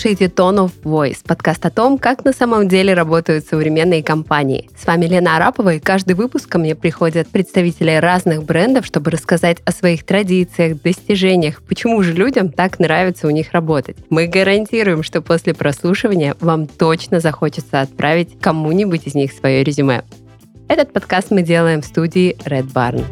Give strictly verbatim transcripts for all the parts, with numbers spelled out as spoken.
слушаете Tone of Voice, подкаст о том, как на самом деле работают современные компании. С вами Лена Арапова, и каждый выпуск ко мне приходят представители разных брендов, чтобы рассказать о своих традициях, достижениях, почему же людям так нравится у них работать. Мы гарантируем, что после прослушивания вам точно захочется отправить кому-нибудь из них свое резюме. Этот подкаст мы делаем в студии Red Barn.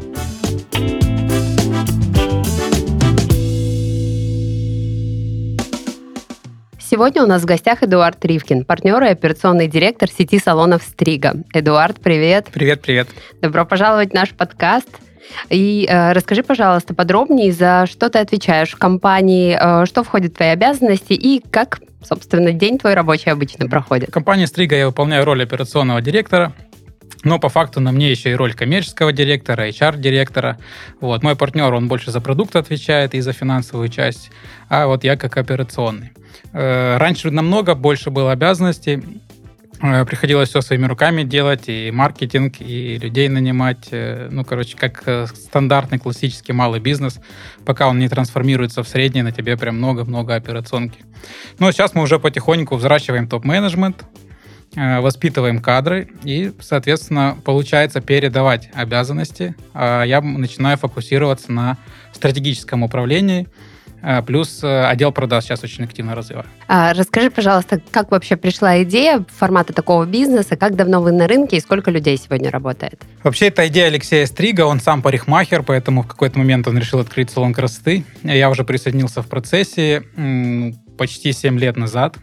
Сегодня у нас в гостях Эдуард Ривкин, партнер и операционный директор сети салонов «Стрига». Эдуард, привет. Привет, привет. Добро пожаловать в наш подкаст. И э, расскажи, пожалуйста, подробнее, за что ты отвечаешь в компании, э, что входит в твои обязанности и как, собственно, день твой рабочий обычно проходит. В компании «Стрига» я выполняю роль операционного директора, но по факту на мне еще и роль коммерческого директора, эйч ар-директора. Вот. Мой партнер, он больше за продукт отвечает и за финансовую часть, а вот я как операционный. Раньше намного больше было обязанностей. Приходилось все своими руками делать, и маркетинг, и людей нанимать. Ну, короче, как стандартный классический малый бизнес, пока он не трансформируется в средний, на тебе прям много-много операционки. Но сейчас мы уже потихоньку взращиваем топ-менеджмент, воспитываем кадры, и, соответственно, получается передавать обязанности. Я начинаю фокусироваться на стратегическом управлении, плюс отдел продаж сейчас очень активно развиваю. А, расскажи, пожалуйста, как вообще пришла идея формата такого бизнеса, как давно вы на рынке и сколько людей сегодня работает? Вообще, это идея Алексея Стрига, он сам парикмахер, поэтому в какой-то момент он решил открыть салон красоты. Я уже присоединился в процессе почти семь лет назад.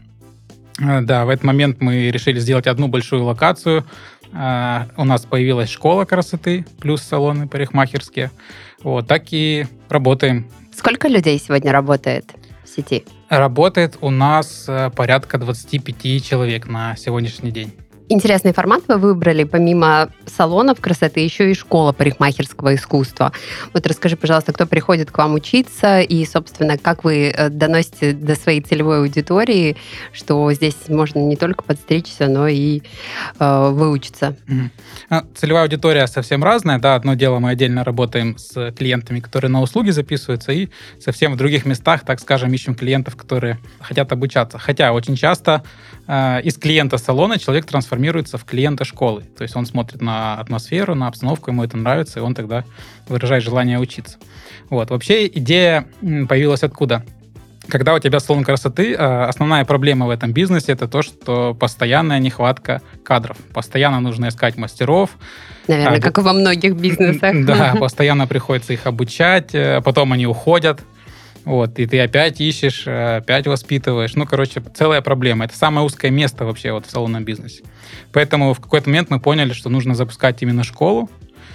Да, в этот момент мы решили сделать одну большую локацию. У нас появилась школа красоты, плюс салоны парикмахерские. Вот, так и работаем. Сколько людей сегодня работает в сети? Работает у нас порядка двадцать пять человек на сегодняшний день. Интересный формат вы выбрали, помимо салонов красоты, еще и школа парикмахерского искусства. Вот расскажи, пожалуйста, кто приходит к вам учиться и, собственно, как вы доносите до своей целевой аудитории, что здесь можно не только подстричься, но и э, выучиться. Mm-hmm. Целевая аудитория совсем разная. Да, одно дело, мы отдельно работаем с клиентами, которые на услуги записываются, и совсем в других местах, так скажем, ищем клиентов, которые хотят обучаться. Хотя очень часто э, из клиента салона человек трансформируется в клиента школы. То есть он смотрит на атмосферу, на обстановку, ему это нравится, и он тогда выражает желание учиться. Вот. Вообще идея появилась откуда? Когда у тебя салон красоты, основная проблема в этом бизнесе — это то, что постоянная нехватка кадров. Постоянно нужно искать мастеров. Наверное, а, как и во многих бизнесах. Да, постоянно приходится их обучать, потом они уходят. Вот, и ты опять ищешь, опять воспитываешь. Ну, короче, целая проблема. Это самое узкое место вообще вот в салонном бизнесе. Поэтому в какой-то момент мы поняли, что нужно запускать именно школу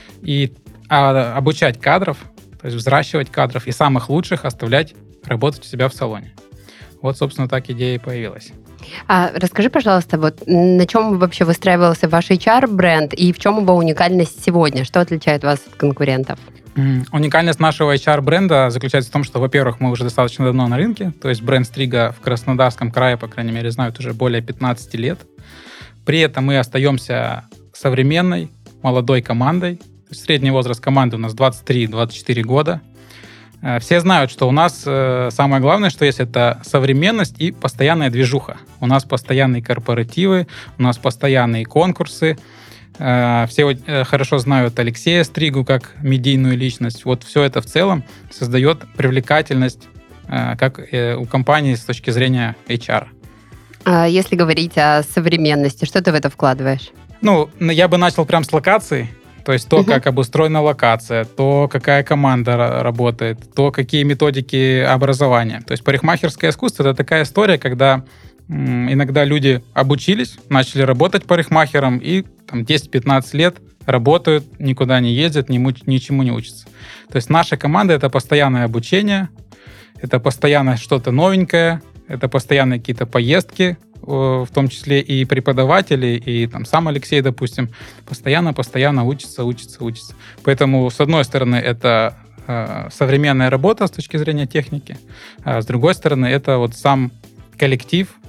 и а, обучать кадров, то есть взращивать кадров и самых лучших оставлять работать у себя в салоне. Вот, собственно, так идея и появилась. А расскажи, пожалуйста, вот на чем вообще выстраивался ваш эйч ар-бренд и в чем его уникальность сегодня? Что отличает вас от конкурентов? Mm. Уникальность нашего эйч ар-бренда заключается в том, что, во-первых, мы уже достаточно давно на рынке, то есть бренд Стрига в Краснодарском крае, по крайней мере, знают уже более пятнадцать лет. При этом мы остаемся современной, молодой командой. Средний возраст команды у нас двадцать три - двадцать четыре года. Все знают, что у нас самое главное, что есть, это современность и постоянная движуха. У нас постоянные корпоративы, у нас постоянные конкурсы. Все хорошо знают Алексея Стригу как медийную личность. Вот все это в целом создает привлекательность как у компании с точки зрения эйч ар. А если говорить о современности, что ты в это вкладываешь? Ну, я бы начал прям с локации. То есть то, uh-huh. как обустроена локация, то, какая команда работает, то, какие методики образования. То есть парикмахерское искусство — это такая история, когда м, иногда люди обучились, начали работать парикмахером и там, десять-пятнадцать лет работают, никуда не ездят, ни, ничему не учатся. То есть наша команда — это постоянное обучение, это постоянно что-то новенькое, это постоянные какие-то поездки, в том числе и преподаватели, и там сам Алексей, допустим, постоянно-постоянно учится, учится, учится. Поэтому, с одной стороны, это э, современная работа с точки зрения техники, а с другой стороны, это вот сам коллектив,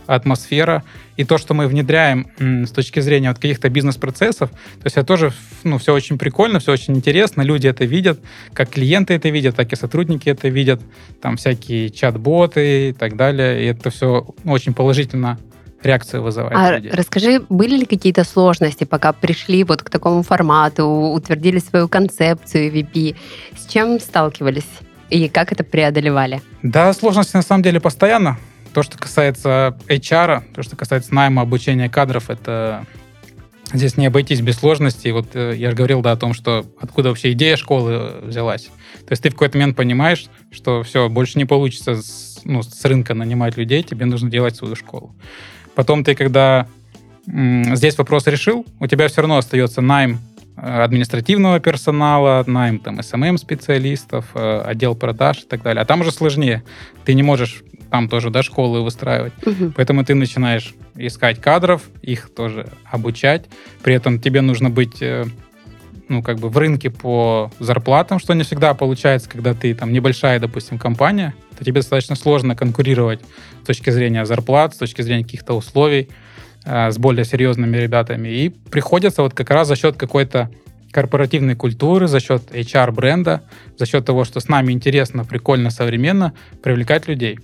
атмосфера и то, что мы внедряем м, с точки зрения вот каких-то бизнес-процессов, то есть это тоже ну, все очень прикольно, все очень интересно, люди это видят, как клиенты это видят, так и сотрудники это видят, там всякие чат-боты и так далее, и это все очень положительно реакцию вызывает. А людей. Расскажи, были ли какие-то сложности, пока пришли вот к такому формату, утвердили свою концепцию ви пи? С чем сталкивались и как это преодолевали? Да, сложности на самом деле постоянно. То, что касается эйч ар, то, что касается найма, обучения кадров, это здесь не обойтись без сложностей. Вот я же говорил да, о том, что откуда вообще идея школы взялась. То есть ты в какой-то момент понимаешь, что все, больше не получится с, ну, с рынка нанимать людей, тебе нужно делать свою школу. Потом ты, когда м, здесь вопрос решил, у тебя все равно остается найм административного персонала, найм там эс эм эм-специалистов, отдел продаж и так далее. А там уже сложнее. Ты не можешь там тоже да, школы выстраивать. Угу. Поэтому ты начинаешь искать кадров, их тоже обучать. При этом тебе нужно быть ну, как бы в рынке по зарплатам, что не всегда получается, когда ты там небольшая, допустим, компания, то тебе достаточно сложно конкурировать с точки зрения зарплат, с точки зрения каких-то условий э, с более серьезными ребятами. И приходится вот как раз за счет какой-то корпоративной культуры, за счет эйч ар-бренда, за счет того, что с нами интересно, прикольно, современно, привлекать людей.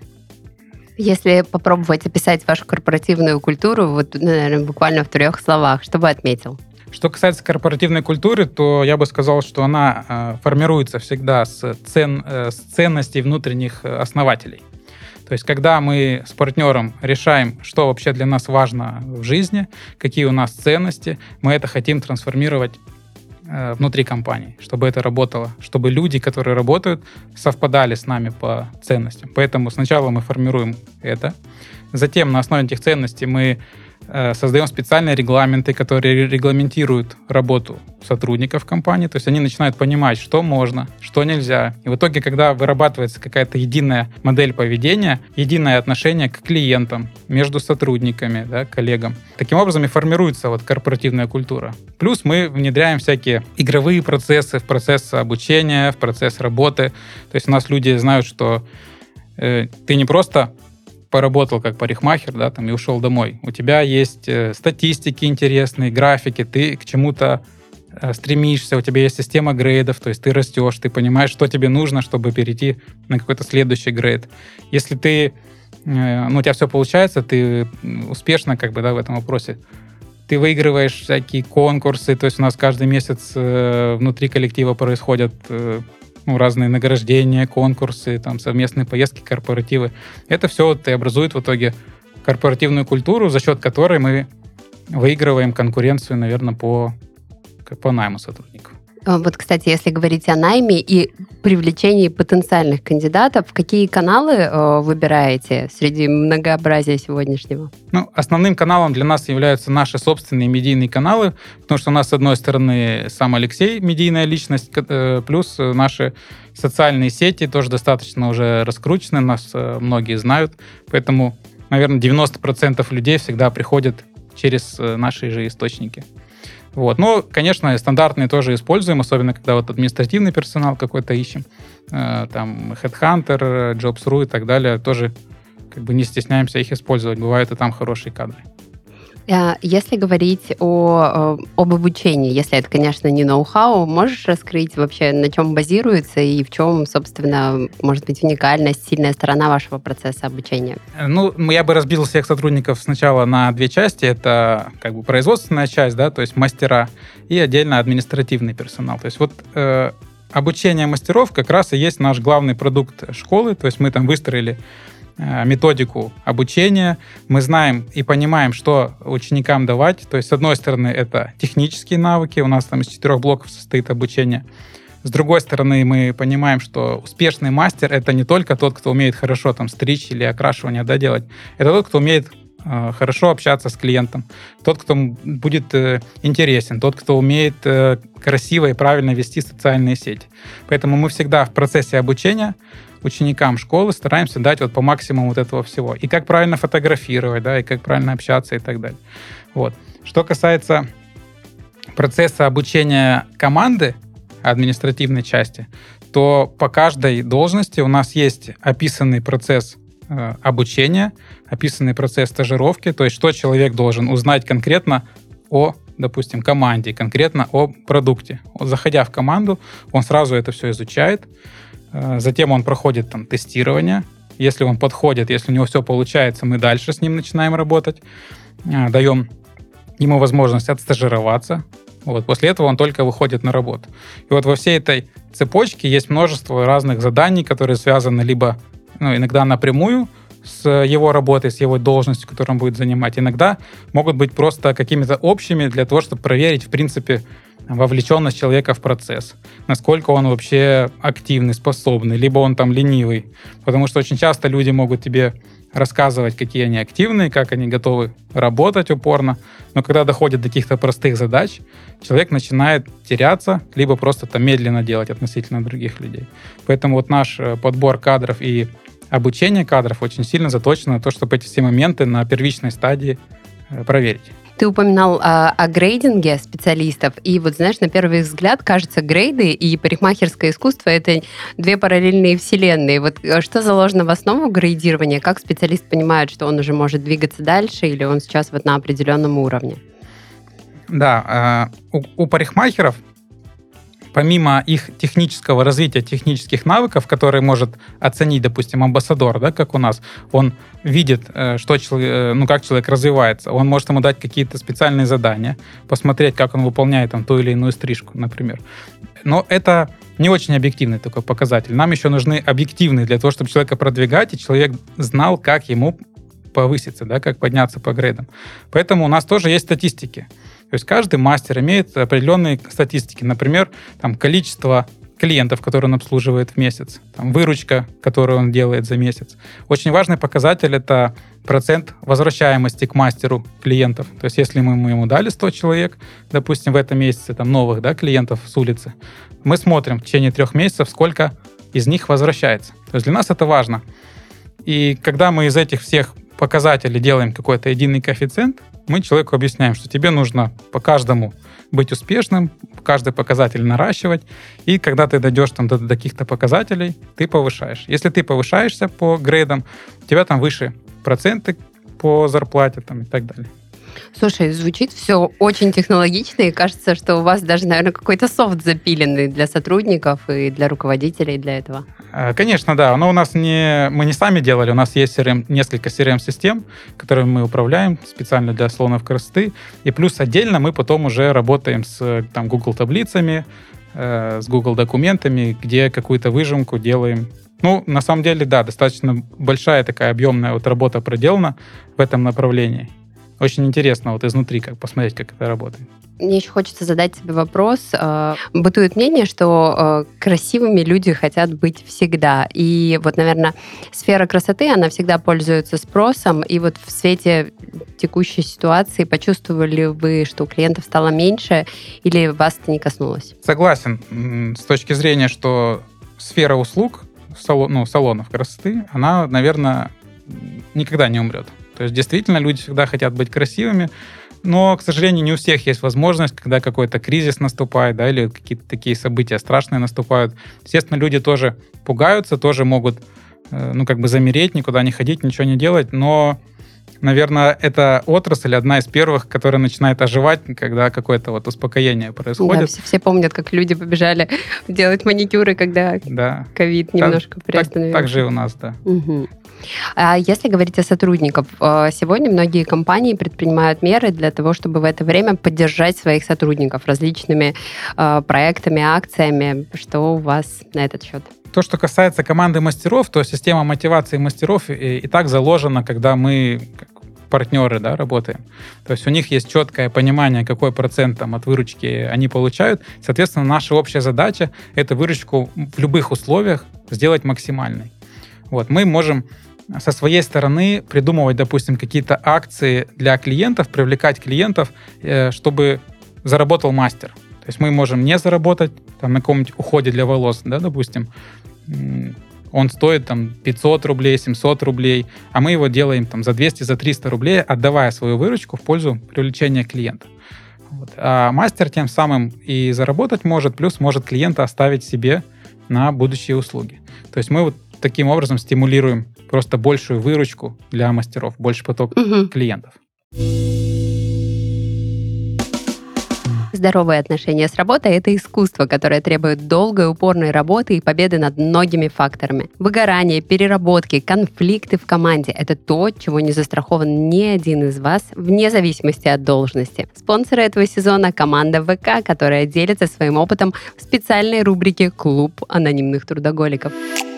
Если попробовать описать вашу корпоративную культуру, вот, наверное, буквально в трех словах, что бы отметил? Что касается корпоративной культуры, то я бы сказал, что она э, формируется всегда с, цен, э, с ценностей внутренних основателей. То есть, когда мы с партнером решаем, что вообще для нас важно в жизни, какие у нас ценности, мы это хотим трансформировать э, внутри компании, чтобы это работало, чтобы люди, которые работают, совпадали с нами по ценностям. Поэтому сначала мы формируем это, затем на основе этих ценностей мы создаем специальные регламенты, которые регламентируют работу сотрудников компании. То есть они начинают понимать, что можно, что нельзя. И в итоге, когда вырабатывается какая-то единая модель поведения, единое отношение к клиентам, между сотрудниками, да, коллегам, таким образом и формируется вот корпоративная культура. Плюс мы внедряем всякие игровые процессы в процесс обучения, в процесс работы. То есть у нас люди знают, что э, ты не просто поработал как парикмахер, да, там, и ушел домой. У тебя есть э, статистики интересные, графики, ты к чему-то э, стремишься, у тебя есть система грейдов, то есть ты растешь, ты понимаешь, что тебе нужно, чтобы перейти на какой-то следующий грейд. Если ты, э, ну, у тебя все получается, ты успешно как бы, да, в этом вопросе, ты выигрываешь всякие конкурсы, то есть у нас каждый месяц э, внутри коллектива происходят э, ну, разные награждения, конкурсы, там, совместные поездки, корпоративы. Это все вот и образует в итоге корпоративную культуру, за счет которой мы выигрываем конкуренцию, наверное, по, по найму сотрудников. Вот, кстати, если говорить о найме и привлечении потенциальных кандидатов, какие каналы э, выбираете среди многообразия сегодняшнего? Ну, основным каналом для нас являются наши собственные медийные каналы, потому что у нас, с одной стороны, сам Алексей, медийная личность, э, плюс наши социальные сети тоже достаточно уже раскручены, нас э, многие знают, поэтому, наверное, девяносто процентов людей всегда приходят через э, наши же источники. Вот. Но, конечно, стандартные тоже используем, особенно когда вот административный персонал какой-то ищем. Э, там Headhunter, Jobs точка ру и так далее. Тоже как бы не стесняемся их использовать. Бывают и там хорошие кадры. Если говорить о, об обучении, если это, конечно, не ноу-хау, можешь раскрыть вообще, на чем базируется и в чем, собственно, может быть уникальность, сильная сторона вашего процесса обучения? Ну, я бы разбил всех сотрудников сначала на две части. Это как бы производственная часть, да, то есть мастера, и отдельно административный персонал. То есть вот э, обучение мастеров как раз и есть наш главный продукт школы. То есть мы там выстроили методику обучения, мы знаем и понимаем, что ученикам давать. То есть, с одной стороны, это технические навыки, у нас там из четырех блоков состоит обучение. С другой стороны, мы понимаем, что успешный мастер — это не только тот, кто умеет хорошо там стричь или окрашивание, да, делать, это тот, кто умеет э, хорошо общаться с клиентом, тот, кто будет э, интересен, тот, кто умеет э, красиво и правильно вести социальные сети. Поэтому мы всегда в процессе обучения ученикам школы стараемся дать вот по максимуму вот этого всего. И как правильно фотографировать, да, и как правильно общаться и так далее. Вот. Что касается процесса обучения команды, административной части, то по каждой должности у нас есть описанный процесс э, обучение, описанный процесс стажировки, то есть что человек должен узнать конкретно о, допустим, команде, конкретно о продукте. Вот, заходя в команду, он сразу это все изучает, э, затем он проходит там тестирование. Если он подходит, если у него все получается, мы дальше с ним начинаем работать, э, даем ему возможность отстажироваться. Вот, после этого он только выходит на работу. И вот во всей этой цепочке есть множество разных заданий, которые связаны либо, ну, иногда напрямую с его работой, с его должностью, которую он будет занимать. Иногда могут быть просто какими-то общими для того, чтобы проверить, в принципе, вовлеченность человека в процесс, насколько он вообще активный, способный, либо он там ленивый. Потому что очень часто люди могут тебе рассказывать, какие они активные, как они готовы работать упорно, но когда доходит до каких-то простых задач, человек начинает теряться, либо просто там медленно делать относительно других людей. Поэтому вот наш подбор кадров и обучение кадров очень сильно заточено на то, чтобы эти все моменты на первичной стадии проверить. Ты упоминал а, о грейдинге специалистов, и вот, знаешь, на первый взгляд, кажется, грейды и парикмахерское искусство — это две параллельные вселенные. Вот что заложено в основу грейдирования? Как специалист понимает, что он уже может двигаться дальше, или он сейчас вот на определенном уровне? Да, у, у парикмахеров, помимо их технического развития, технических навыков, которые может оценить, допустим, амбассадор, да, как у нас, он видит, что человек, ну, как человек развивается, он может ему дать какие-то специальные задания, посмотреть, как он выполняет там ту или иную стрижку, например. Но это не очень объективный такой показатель. Нам еще нужны объективные для того, чтобы человека продвигать, и человек знал, как ему повыситься, да, как подняться по грейдам. Поэтому у нас тоже есть статистики. То есть каждый мастер имеет определенные статистики. Например, там, количество клиентов, которые он обслуживает в месяц, там, выручка, которую он делает за месяц. Очень важный показатель — это процент возвращаемости к мастеру клиентов. То есть если мы, мы ему дали сто человек, допустим, в этом месяце там, новых, да, клиентов с улицы, мы смотрим в течение трех месяцев, сколько из них возвращается. То есть для нас это важно. И когда мы из этих всех показателей делаем какой-то единый коэффициент, мы человеку объясняем, что тебе нужно по каждому быть успешным, каждый показатель наращивать, и когда ты дойдешь там, до, до каких-то показателей, ты повышаешь. Если ты повышаешься по грейдам, у тебя там выше проценты по зарплате там, и так далее. Слушай, звучит все очень технологично, и кажется, что у вас даже, наверное, какой-то софт запиленный для сотрудников и для руководителей для этого. Конечно, да. Но у нас не, мы не сами делали, у нас есть си эр эм, несколько си эр эм-систем, которыми мы управляем специально для салонов красоты, и плюс отдельно мы потом уже работаем с там, Google таблицами, э, с Google документами, где какую-то выжимку делаем. Ну, на самом деле, да, достаточно большая такая объемная вот работа проделана в этом направлении. Очень интересно вот изнутри как посмотреть, как это работает. Мне еще хочется задать тебе вопрос. Бытует мнение, что красивыми люди хотят быть всегда. И вот, наверное, сфера красоты, она всегда пользуется спросом. И вот в свете текущей ситуации почувствовали вы, что у клиентов стало меньше, или вас это не коснулось? Согласен. С точки зрения, что сфера услуг, ну, салонов красоты, она, наверное, никогда не умрет. То есть действительно люди всегда хотят быть красивыми, но, к сожалению, не у всех есть возможность, когда какой-то кризис наступает, да, или какие-то такие события страшные наступают. Естественно, люди тоже пугаются, тоже могут, ну, как бы замереть, никуда не ходить, ничего не делать, но, наверное, эта отрасль одна из первых, которая начинает оживать, когда какое-то вот успокоение происходит. Да, все, все помнят, как люди побежали делать маникюры, когда ковид да. немножко приостановился. Так, так же и у нас, да. Угу. А если говорить о сотрудниках, сегодня многие компании предпринимают меры для того, чтобы в это время поддержать своих сотрудников различными проектами, акциями. Что у вас на этот счет? То, что касается команды мастеров, то система мотивации мастеров и, и так заложена, когда мы как партнеры, да, работаем. То есть у них есть четкое понимание, какой процент там, от выручки они получают. Соответственно, наша общая задача — это выручку в любых условиях сделать максимальной. Вот, мы можем со своей стороны придумывать, допустим, какие-то акции для клиентов, привлекать клиентов, чтобы заработал мастер. То есть мы можем не заработать там, на каком-нибудь уходе для волос, да, допустим, он стоит там, пятьсот рублей, семьсот рублей, а мы его делаем там, за двести, за триста рублей, отдавая свою выручку в пользу привлечения клиента. Вот. А мастер тем самым и заработать может, плюс может клиента оставить себе на будущие услуги. То есть мы вот таким образом стимулируем просто большую выручку для мастеров, больше поток угу. клиентов. Здоровые отношения с работой – это искусство, которое требует долгой, упорной работы и победы над многими факторами. Выгорание, переработки, конфликты в команде – это то, от чего не застрахован ни один из вас, вне зависимости от должности. Спонсоры этого сезона – команда ВК, которая делится своим опытом в специальной рубрике «Клуб анонимных трудоголиков».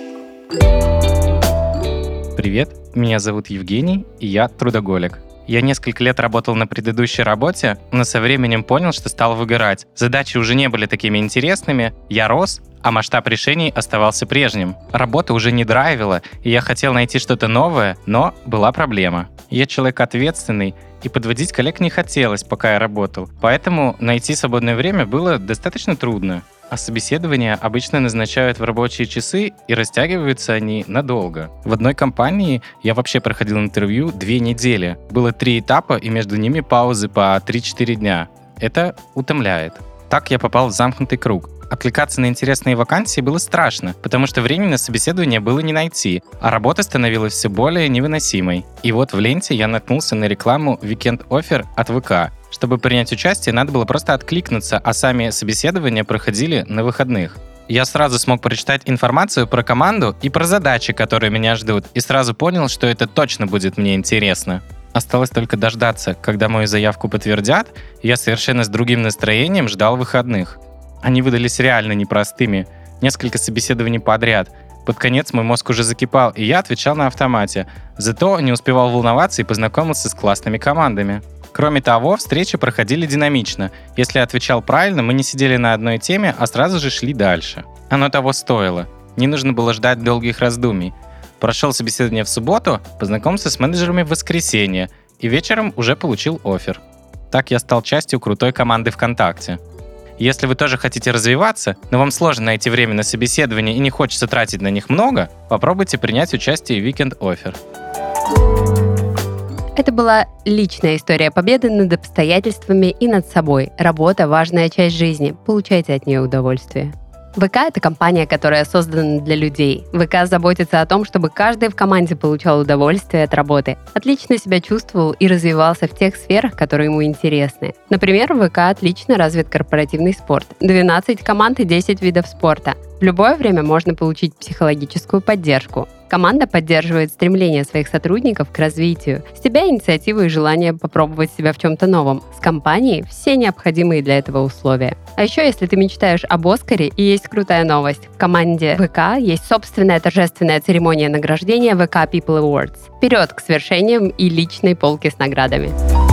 Привет, меня зовут Евгений, и я трудоголик. Я несколько лет работал на предыдущей работе, но со временем понял, что стал выгорать. Задачи уже не были такими интересными, я рос, а масштаб решений оставался прежним. Работа уже не драйвила, и я хотел найти что-то новое, но была проблема. Я человек ответственный, и подводить коллег не хотелось, пока я работал. Поэтому найти свободное время было достаточно трудно. А собеседования обычно назначают в рабочие часы, и растягиваются они надолго. В одной компании я вообще проходил интервью две недели. Было три этапа, и между ними паузы по три-четыре дня. Это утомляет. Так я попал в замкнутый круг. Откликаться на интересные вакансии было страшно, потому что времени на собеседование было не найти, а работа становилась все более невыносимой. И вот в ленте я наткнулся на рекламу Weekend Offer от ВК. Чтобы принять участие, надо было просто откликнуться, а сами собеседования проходили на выходных. Я сразу смог прочитать информацию про команду и про задачи, которые меня ждут, и сразу понял, что это точно будет мне интересно. Осталось только дождаться, когда мою заявку подтвердят, и я совершенно с другим настроением ждал выходных. Они выдались реально непростыми. Несколько собеседований подряд. Под конец мой мозг уже закипал, и я отвечал на автомате. Зато не успевал волноваться и познакомился с классными командами. Кроме того, встречи проходили динамично. Если я отвечал правильно, мы не сидели на одной теме, а сразу же шли дальше. Оно того стоило. Не нужно было ждать долгих раздумий. Прошел собеседование в субботу, познакомился с менеджерами в воскресенье и вечером уже получил оффер. Так я стал частью крутой команды ВКонтакте. Если вы тоже хотите развиваться, но вам сложно найти время на собеседование и не хочется тратить на них много, попробуйте принять участие в Weekend Offer. Это была личная история победы над обстоятельствами и над собой. Работа – важная часть жизни. Получайте от нее удовольствие. ВК – это компания, которая создана для людей. ВК заботится о том, чтобы каждый в команде получал удовольствие от работы, отлично себя чувствовал и развивался в тех сферах, которые ему интересны. Например, в ВК отлично развит корпоративный спорт. двенадцать команд и десять видов спорта. В любое время можно получить психологическую поддержку. Команда поддерживает стремление своих сотрудников к развитию, с тебя инициативу и желание попробовать себя в чем-то новом. С компанией все необходимые для этого условия. А еще, если ты мечтаешь об Оскаре, и есть крутая новость. В команде ВК есть собственная торжественная церемония награждения ВК People Awards. Вперед к свершениям и личной полке с наградами.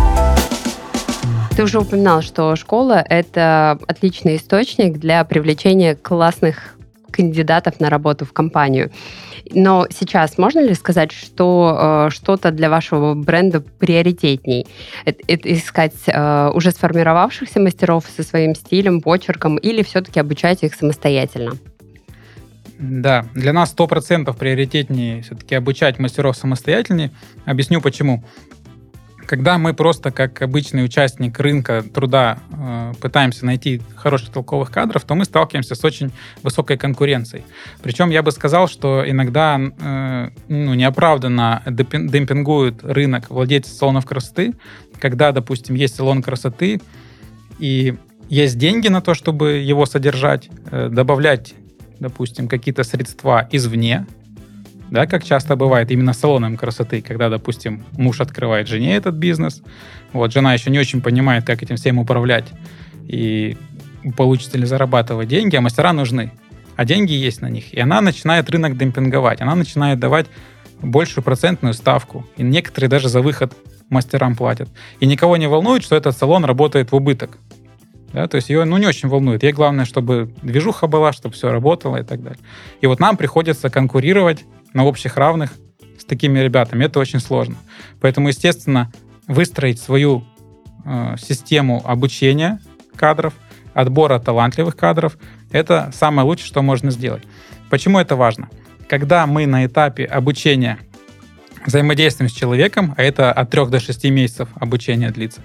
Ты уже упоминал, что школа — это отличный источник для привлечения классных кандидатов на работу в компанию. Но сейчас можно ли сказать, что э, что-то для вашего бренда приоритетней? Это, это искать э, уже сформировавшихся мастеров со своим стилем, почерком, или все-таки обучать их самостоятельно? Да, для нас сто процентов приоритетнее все-таки обучать мастеров самостоятельнее. Объясню почему. Когда мы просто как обычный участник рынка труда э, пытаемся найти хороших толковых кадров, то мы сталкиваемся с очень высокой конкуренцией. Причем я бы сказал, что иногда э, ну, неоправданно демпингуют рынок владельцы салонов красоты, когда, допустим, есть салон красоты и есть деньги на то, чтобы его содержать, э, добавлять, допустим, какие-то средства извне, да, как часто бывает именно с салоном красоты, когда, допустим, муж открывает жене этот бизнес, вот, жена еще не очень понимает, как этим всем управлять и получится ли зарабатывать деньги, а мастера нужны, а деньги есть на них, и она начинает рынок демпинговать, она начинает давать большую процентную ставку, и некоторые даже за выход мастерам платят, и никого не волнует, что этот салон работает в убыток. Да, то есть ее ну, не очень волнует. Ей главное, чтобы движуха была, чтобы все работало и так далее. И вот нам приходится конкурировать на общих равных с такими ребятами. Это очень сложно. Поэтому, естественно, выстроить свою э, систему обучения кадров, отбора талантливых кадров — это самое лучшее, что можно сделать. Почему это важно? Когда мы на этапе обучения взаимодействуем с человеком, а это от трех до шести месяцев обучения длится,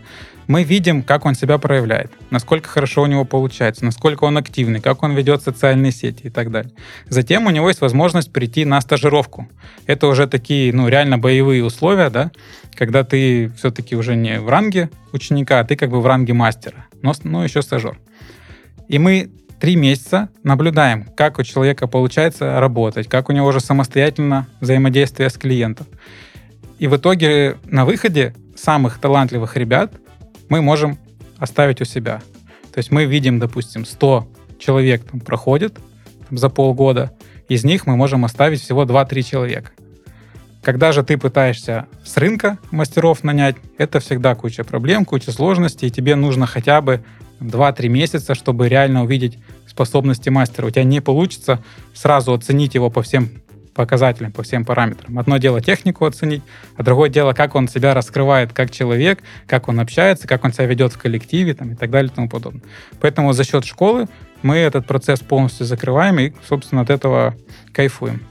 мы видим, как он себя проявляет, насколько хорошо у него получается, насколько он активный, как он ведет социальные сети и так далее. Затем у него есть возможность прийти на стажировку. Это уже такие, ну, реально боевые условия, да, когда ты все-таки уже не в ранге ученика, а ты как бы в ранге мастера, но, но еще стажер. И мы три месяца наблюдаем, как у человека получается работать, как у него уже самостоятельно взаимодействие с клиентом. И в итоге на выходе самых талантливых ребят мы можем оставить у себя. То есть мы видим, допустим, сто человек там проходит там, за полгода, из них мы можем оставить всего два-три человека. Когда же ты пытаешься с рынка мастеров нанять, это всегда куча проблем, куча сложностей, и тебе нужно хотя бы два-три месяца, чтобы реально увидеть способности мастера. У тебя не получится сразу оценить его по всем показателям, по всем параметрам. Одно дело технику оценить, а другое дело, как он себя раскрывает как человек, как он общается, как он себя ведет в коллективе там, и так далее и тому подобное. Поэтому за счет школы мы этот процесс полностью закрываем и, собственно, от этого кайфуем.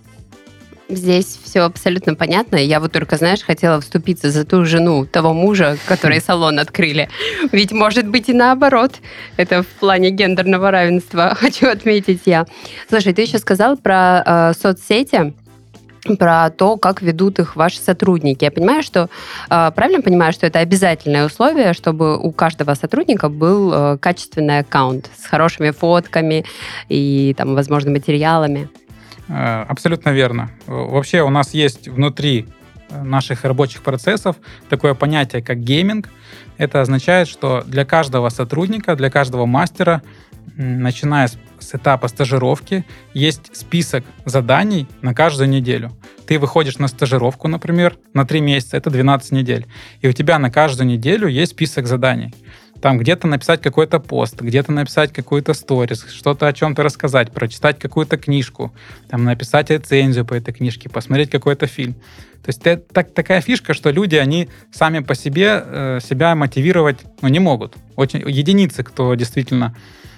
Здесь все абсолютно понятно. Я вот только, знаешь, хотела вступиться за ту жену того мужа, который салон открыли. Ведь может быть и наоборот. Это в плане гендерного равенства, хочу отметить я. Слушай, ты еще сказал про э, соцсети, про то, как ведут их ваши сотрудники. Я понимаю, что, э, правильно понимаю, что это обязательное условие, чтобы у каждого сотрудника был э, качественный аккаунт с хорошими фотками и, там, возможно, материалами? Абсолютно верно. Вообще у нас есть внутри наших рабочих процессов такое понятие, как гейминг. Это означает, что для каждого сотрудника, для каждого мастера, начиная с, с этапа стажировки, есть список заданий на каждую неделю. Ты выходишь на стажировку, например, на три месяца, это двенадцать недель, и у тебя на каждую неделю есть список заданий. Там где-то написать какой-то пост, где-то написать какую-то сторис, что-то о чем-то рассказать, прочитать какую-то книжку, там, написать рецензию по этой книжке, посмотреть какой-то фильм. То есть это так, такая фишка, что люди, они сами по себе э, себя мотивировать ну, не могут. Очень, единицы, кто действительно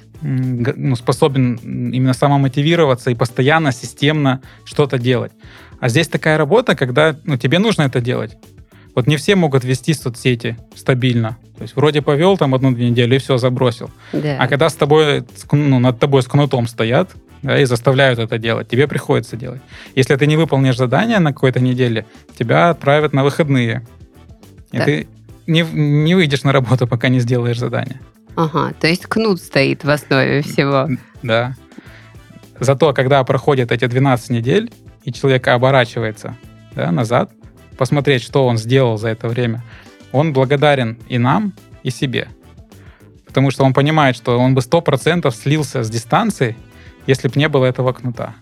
ну, способен именно самомотивироваться и постоянно, системно что-то делать. А здесь такая работа, когда ну, тебе нужно это делать. Вот не все могут вести соцсети стабильно. То есть вроде повел там одну-две недели и все, забросил. Да. А когда с тобой, ну, над тобой с кнутом стоят, да, и заставляют это делать, тебе приходится делать. Если ты не выполнишь задание на какой-то неделе, тебя отправят на выходные. И так. Ты не, не выйдешь на работу, пока не сделаешь задание. Ага, то есть кнут стоит в основе всего. Да. Зато, когда проходят эти двенадцать недель, и человек оборачивается да, назад, посмотреть, что он сделал за это время, он благодарен и нам, и себе. Потому что он понимает, что он бы сто процентов слился с дистанции, если бы не было этого кнута.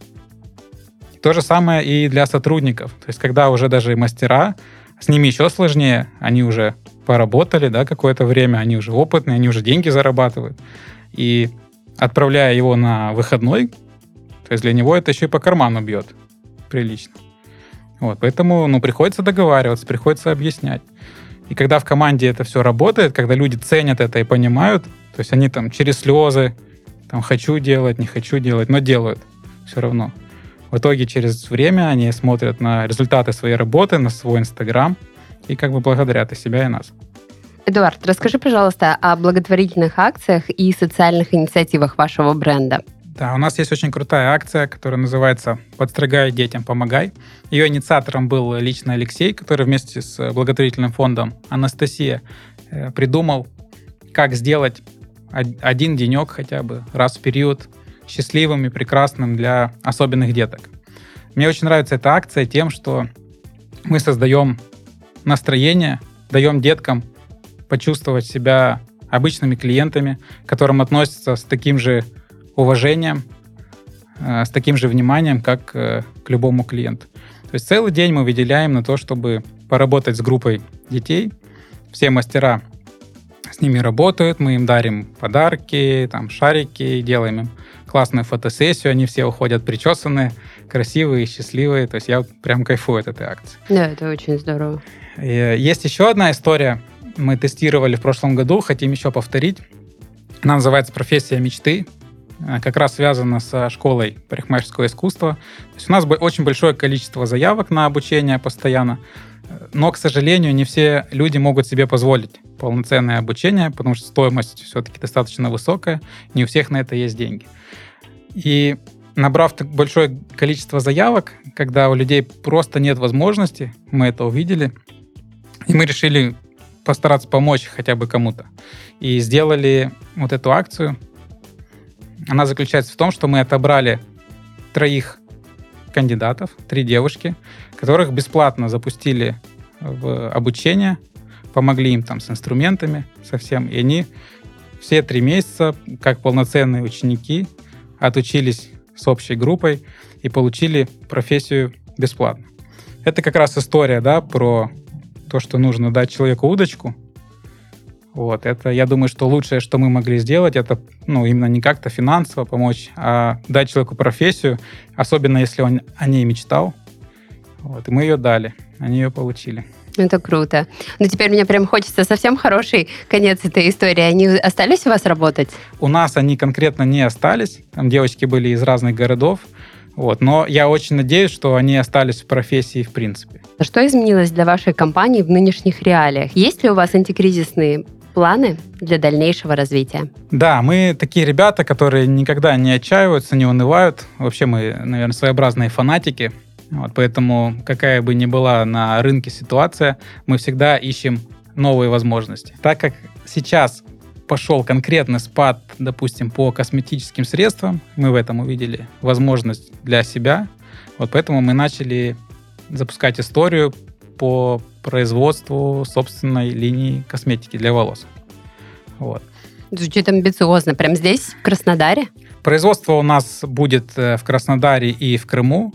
То же самое и для сотрудников. То есть, когда уже даже мастера, с ними еще сложнее, они уже поработали да, какое-то время, они уже опытные, они уже деньги зарабатывают. И отправляя его на выходной, то есть для него это еще и по карману бьет прилично. Вот, поэтому ну, приходится договариваться, приходится объяснять. И когда в команде это все работает, когда люди ценят это и понимают, то есть они там через слезы, там хочу делать, не хочу делать, но делают все равно. В итоге через время они смотрят на результаты своей работы, на свой Инстаграм и как бы благодарят и себя, и нас. Эдуард, расскажи, пожалуйста, о благотворительных акциях и социальных инициативах вашего бренда. Да, у нас есть очень крутая акция, которая называется «Подстригай детям, помогай». Ее инициатором был лично Алексей, который вместе с благотворительным фондом «Анастасия» придумал, как сделать один денек хотя бы раз в период счастливым и прекрасным для особенных деток. Мне очень нравится эта акция тем, что мы создаем настроение, даем деткам почувствовать себя обычными клиентами, к которым относятся с таким же уважением, с таким же вниманием, как к любому клиенту. То есть целый день мы выделяем на то, чтобы поработать с группой детей. Все мастера с ними работают, мы им дарим подарки, там, шарики, делаем им классную фотосессию, они все уходят причесанные, красивые, счастливые. То есть я прям кайфую от этой акции. Да, это очень здорово. И есть еще одна история. Мы тестировали в прошлом году, хотим еще повторить. Она называется «Профессия мечты». Как раз связана со школой парикмахерского искусства. То есть у нас очень большое количество заявок на обучение постоянно, но, к сожалению, не все люди могут себе позволить полноценное обучение, потому что стоимость все-таки достаточно высокая, не у всех на это есть деньги. И набрав так большое количество заявок, когда у людей просто нет возможности, мы это увидели, и мы решили постараться помочь хотя бы кому-то. И сделали вот эту акцию. Она заключается в том, что мы отобрали троих кандидатов, три девушки, которых бесплатно запустили в обучение, помогли им там с инструментами совсем, и они все три месяца, как полноценные ученики, отучились с общей группой и получили профессию бесплатно. Это как раз история, да, про то, что нужно дать человеку удочку. Вот, это, я думаю, что лучшее, что мы могли сделать, это, ну, именно не как-то финансово помочь, а дать человеку профессию, особенно если он о ней мечтал. Вот, и мы ее дали, они ее получили. Это круто. Но теперь мне прям хочется совсем хороший конец этой истории. Они остались у вас работать? У нас они конкретно не остались. Там девочки были из разных городов. Вот. Но я очень надеюсь, что они остались в профессии в принципе. Что изменилось для вашей компании в нынешних реалиях? Есть ли у вас антикризисные планы для дальнейшего развития? Да, мы такие ребята, которые никогда не отчаиваются, не унывают. Вообще мы, наверное, своеобразные фанатики. Вот, поэтому, какая бы ни была на рынке ситуация, мы всегда ищем новые возможности. Так как сейчас пошел конкретный спад, допустим, по косметическим средствам, мы в этом увидели возможность для себя. Вот поэтому мы начали запускать историю по производству собственной линии косметики для волос. Вот. Звучит амбициозно. Прямо здесь, в Краснодаре? Производство у нас будет в Краснодаре и в Крыму.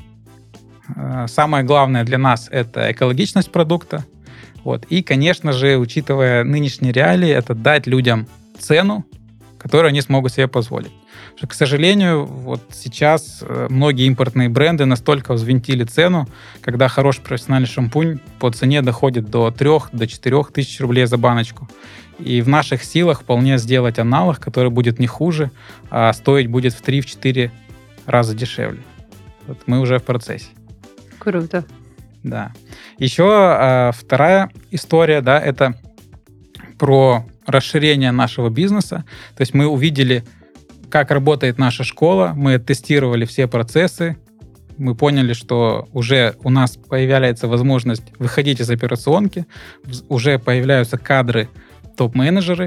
Самое главное для нас — это экологичность продукта. Вот. И, конечно же, учитывая нынешние реалии, это дать людям цену, которую они смогут себе позволить. Потому что, к сожалению, вот сейчас многие импортные бренды настолько взвинтили цену, когда хороший профессиональный шампунь по цене доходит до трёх-четырёх тысяч рублей за баночку. И в наших силах вполне сделать аналог, который будет не хуже, а стоить будет в три-четыре раза дешевле. Вот мы уже в процессе. Круто. Да. Еще а, вторая история, да, это про расширение нашего бизнеса. То есть мы увидели, как работает наша школа, мы тестировали все процессы, мы поняли, что уже у нас появляется возможность выходить из операционки, уже появляются кадры, топ-менеджеры,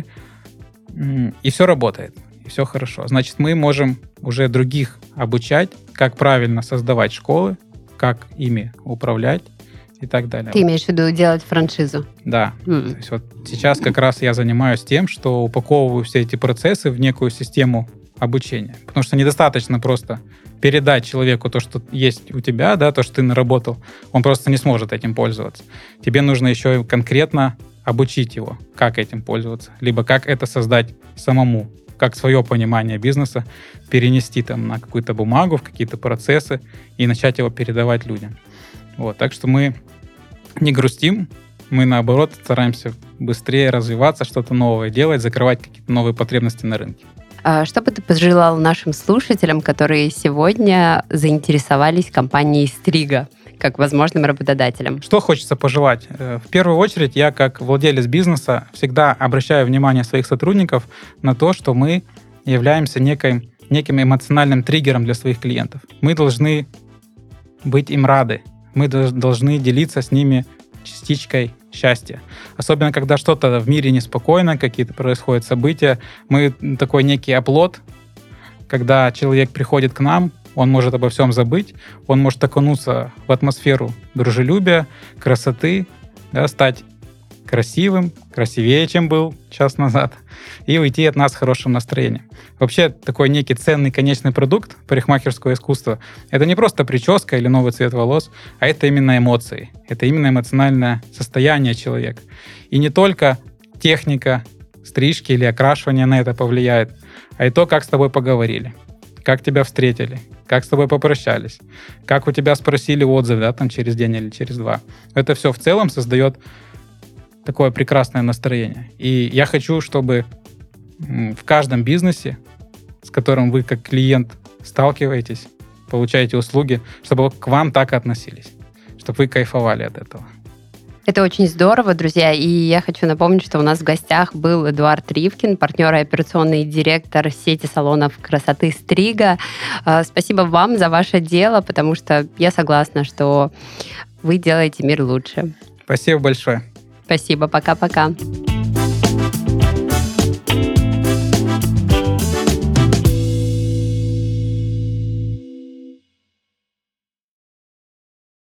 и все работает, и все хорошо. Значит, мы можем уже других обучать, как правильно создавать школы, как ими управлять и так далее. Ты имеешь в виду делать франшизу? Да. Mm. То есть вот сейчас как раз я занимаюсь тем, что упаковываю все эти процессы в некую систему обучения. Потому что недостаточно просто передать человеку то, что есть у тебя, да, то, что ты наработал. Он просто не сможет этим пользоваться. Тебе нужно еще конкретно обучить его, как этим пользоваться, либо как это создать самому, как свое понимание бизнеса перенести там на какую-то бумагу, в какие-то процессы и начать его передавать людям. Вот, так что мы не грустим, мы наоборот стараемся быстрее развиваться, что-то новое делать, закрывать какие-то новые потребности на рынке. А что бы ты пожелал нашим слушателям, которые сегодня заинтересовались компанией Стрига как возможным работодателем? Что хочется пожелать? В первую очередь, я как владелец бизнеса всегда обращаю внимание своих сотрудников на то, что мы являемся неким, неким эмоциональным триггером для своих клиентов. Мы должны быть им рады. Мы должны делиться с ними частичкой счастья. Особенно, когда что-то в мире неспокойно, какие-то происходят события. Мы такой некий оплот, когда человек приходит к нам, он может обо всем забыть, он может окунуться в атмосферу дружелюбия, красоты, да, стать красивым, красивее, чем был час назад, и уйти от нас с хорошим настроением. Вообще, такой некий ценный конечный продукт парикмахерского искусства — это не просто прическа или новый цвет волос, а это именно эмоции, это именно эмоциональное состояние человека. И не только техника стрижки или окрашивания на это повлияет, а и то, как с тобой поговорили, как тебя встретили, как с тобой попрощались, как у тебя спросили отзыв, да, там через день или через два. Это все в целом создает такое прекрасное настроение. И я хочу, чтобы в каждом бизнесе, с которым вы как клиент сталкиваетесь, получаете услуги, чтобы к вам так относились, чтобы вы кайфовали от этого. Это очень здорово, друзья. И я хочу напомнить, что у нас в гостях был Эдуард Ривкин, партнер и операционный директор сети салонов красоты «Стрига». Спасибо вам за ваше дело, потому что я согласна, что вы делаете мир лучше. Спасибо большое. Спасибо. Пока-пока.